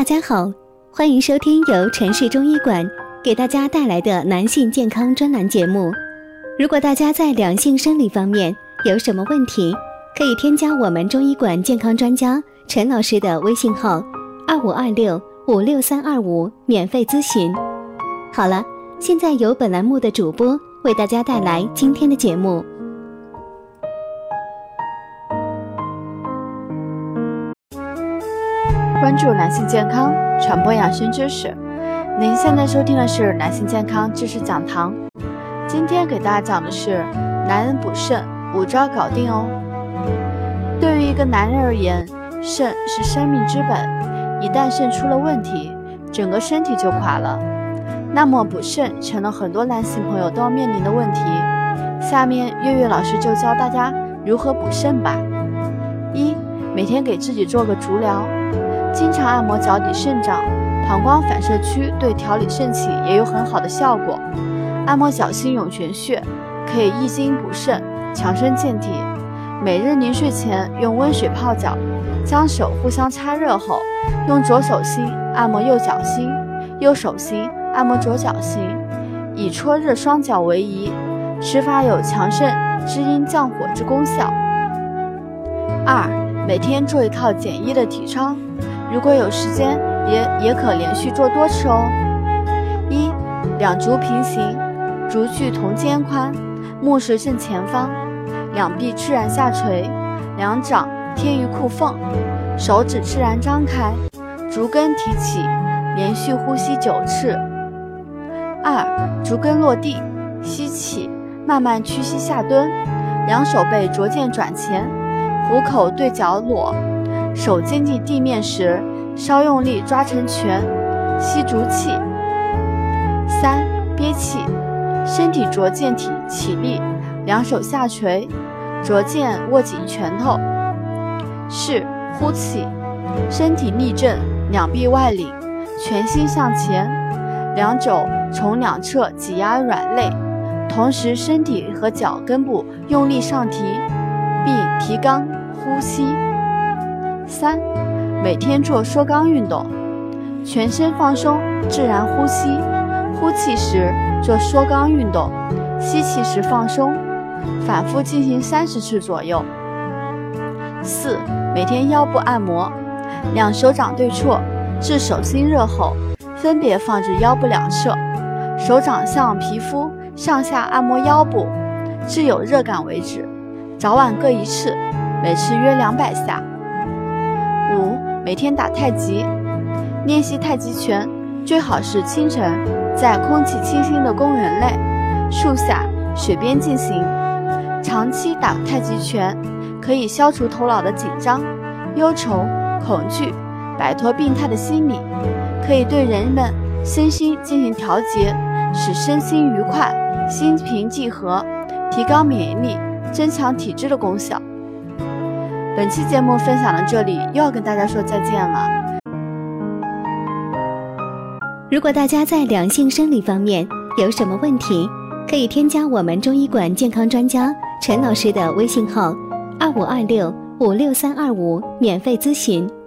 大家好，欢迎收听由城市中医馆给大家带来的男性健康专栏节目。如果大家在两性生理方面有什么问题，可以添加我们中医馆健康专家陈老师的微信号2526-56325免费咨询。好了，现在由本栏目的主播为大家带来今天的节目。 关注男性健康，传播养生知识。您现在收听的是男性健康知识讲堂。今天给大家讲的是男人补肾5招搞定哦。对于一个男人而言，肾是生命之本，一旦肾出了问题，整个身体就垮了。那么补肾成了很多男性朋友都要面临的问题。下面月月老师就教大家如何补肾吧。1. 每天给自己做个足疗，经常按摩脚底肾脏、膀胱反射区，对调理肾气也有很好的效果。按摩脚心涌泉穴，可以益精补肾，强身健体。每日临睡前用温水泡脚，将手互相擦热后，用左手心按摩右脚心，右手心按摩左脚心，以搓热双脚为宜。此法有强肾滋阴降火之功效。2. 每天做一套简易的体操，如果有时间也可连续做多次哦。1. 两足平行，足距同肩宽，目视正前方，两臂自然下垂，两掌贴于裤缝，手指自然张开，足跟提起，连续呼吸9次。2. 足跟落地，吸气，慢慢屈膝下蹲，两手背逐渐转前，虎口对角裸，手接近地面时稍用力抓成拳，吸足气。3. 憋气，身体逐渐起立，两手下垂，逐渐握紧拳头。4. 呼气，身体立正，两臂外领，全心向前，两肘从两侧挤压软肋，同时身体和脚跟部用力上提，并提肛呼吸。3. 每天做缩肛运动，全身放松，自然呼吸，呼气时做缩肛运动，吸气时放松，反复进行30次左右。4. 每天腰部按摩，两手掌对错，至手心热后，分别放置腰部两侧，手掌向皮肤上下按摩腰部，至有热感为止，早晚各1次，每次约200下。5. 每天打太极，练习太极拳最好是清晨在空气清新的公园内、树下、水边进行。长期打太极拳可以消除头脑的紧张、忧愁、恐惧，摆脱病态的心理，可以对人们身心进行调节，使身心愉快、心平气和，提高免疫力，增强体质的功效。本期节目分享到这里，又要跟大家说再见了。 如果大家在两性生理方面有什么问题，可以添加我们中医馆健康专家陈老师的微信号2526-56325免费咨询。